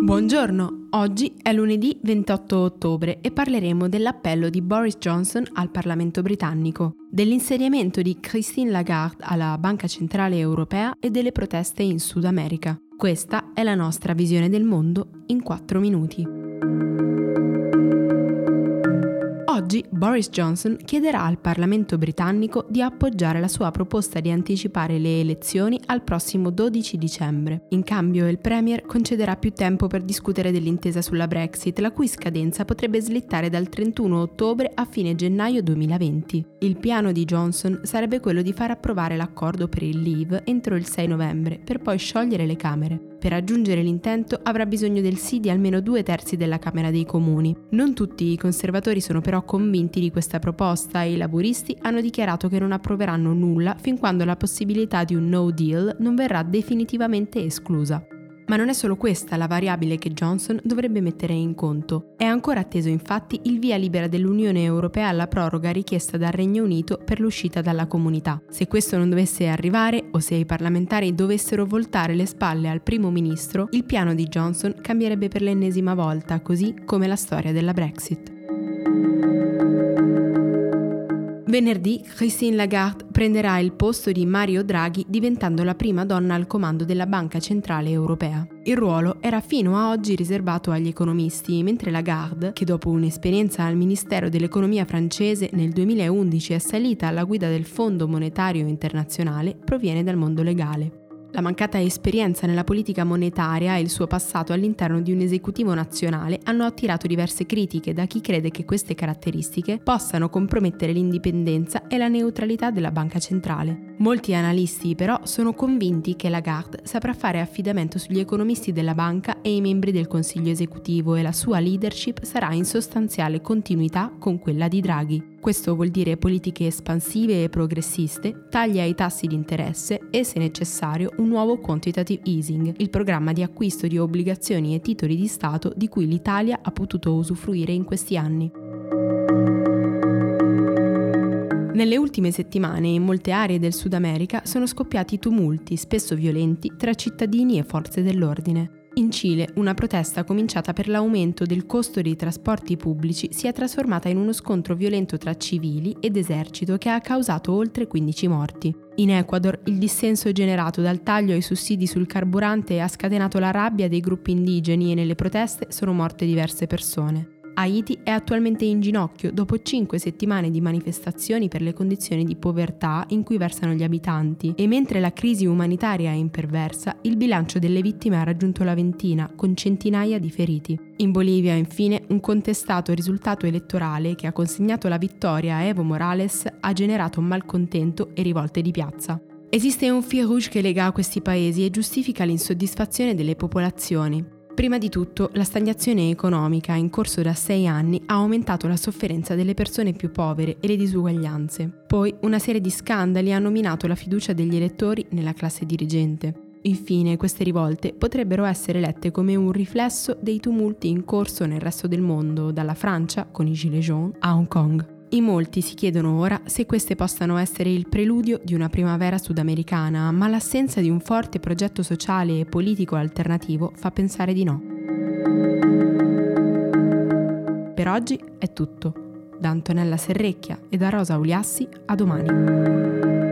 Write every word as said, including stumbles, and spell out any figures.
Buongiorno, oggi è lunedì ventotto ottobre e parleremo dell'appello di Boris Johnson al Parlamento britannico, dell'insediamento di Christine Lagarde alla Banca Centrale Europea e delle proteste in Sud America. Questa è la nostra visione del mondo in quattro minuti. Oggi Boris Johnson chiederà al Parlamento britannico di appoggiare la sua proposta di anticipare le elezioni al prossimo dodici dicembre. In cambio il Premier concederà più tempo per discutere dell'intesa sulla Brexit, la cui scadenza potrebbe slittare dal trentuno ottobre a fine gennaio duemilaventi. Il piano di Johnson sarebbe quello di far approvare l'accordo per il Leave entro il sei novembre, per poi sciogliere le Camere. Per raggiungere l'intento avrà bisogno del sì di almeno due terzi della Camera dei Comuni. Non tutti i conservatori sono però convinti di questa proposta e i laburisti hanno dichiarato che non approveranno nulla fin quando la possibilità di un no deal non verrà definitivamente esclusa. Ma non è solo questa la variabile che Johnson dovrebbe mettere in conto. È ancora atteso infatti il via libera dell'Unione Europea alla proroga richiesta dal Regno Unito per l'uscita dalla comunità. Se questo non dovesse arrivare o se i parlamentari dovessero voltare le spalle al primo ministro, il piano di Johnson cambierebbe per l'ennesima volta, così come la storia della Brexit. Venerdì Christine Lagarde prenderà il posto di Mario Draghi diventando la prima donna al comando della Banca Centrale Europea. Il ruolo era fino a oggi riservato agli economisti, mentre Lagarde, che dopo un'esperienza al Ministero dell'Economia francese nel duemilaundici è salita alla guida del Fondo Monetario Internazionale, proviene dal mondo legale. La mancata esperienza nella politica monetaria e il suo passato all'interno di un esecutivo nazionale hanno attirato diverse critiche da chi crede che queste caratteristiche possano compromettere l'indipendenza e la neutralità della banca centrale. Molti analisti però sono convinti che Lagarde saprà fare affidamento sugli economisti della banca e i membri del consiglio esecutivo e la sua leadership sarà in sostanziale continuità con quella di Draghi. Questo vuol dire politiche espansive e progressiste, tagli ai tassi di interesse e, se necessario, un nuovo quantitative easing, il programma di acquisto di obbligazioni e titoli di Stato di cui l'Italia ha potuto usufruire in questi anni. Nelle ultime settimane in molte aree del Sud America sono scoppiati tumulti, spesso violenti, tra cittadini e forze dell'ordine. In Cile, una protesta cominciata per l'aumento del costo dei trasporti pubblici si è trasformata in uno scontro violento tra civili ed esercito che ha causato oltre quindici morti. In Ecuador, il dissenso generato dal taglio ai sussidi sul carburante ha scatenato la rabbia dei gruppi indigeni e nelle proteste sono morte diverse persone. Haiti è attualmente in ginocchio dopo cinque settimane di manifestazioni per le condizioni di povertà in cui versano gli abitanti e mentre la crisi umanitaria è imperversa, il bilancio delle vittime ha raggiunto la ventina, con centinaia di feriti. In Bolivia, infine, un contestato risultato elettorale che ha consegnato la vittoria a Evo Morales ha generato malcontento e rivolte di piazza. Esiste un fil rouge che lega a questi paesi e giustifica l'insoddisfazione delle popolazioni. Prima di tutto, la stagnazione economica in corso da sei anni ha aumentato la sofferenza delle persone più povere e le disuguaglianze. Poi, una serie di scandali hanno minato la fiducia degli elettori nella classe dirigente. Infine, queste rivolte potrebbero essere lette come un riflesso dei tumulti in corso nel resto del mondo, dalla Francia, con i Gilets jaunes, a Hong Kong. In molti si chiedono ora se queste possano essere il preludio di una primavera sudamericana, ma l'assenza di un forte progetto sociale e politico alternativo fa pensare di no. Per oggi è tutto. Da Antonella Serrecchia e da Rosa Uliassi, a domani.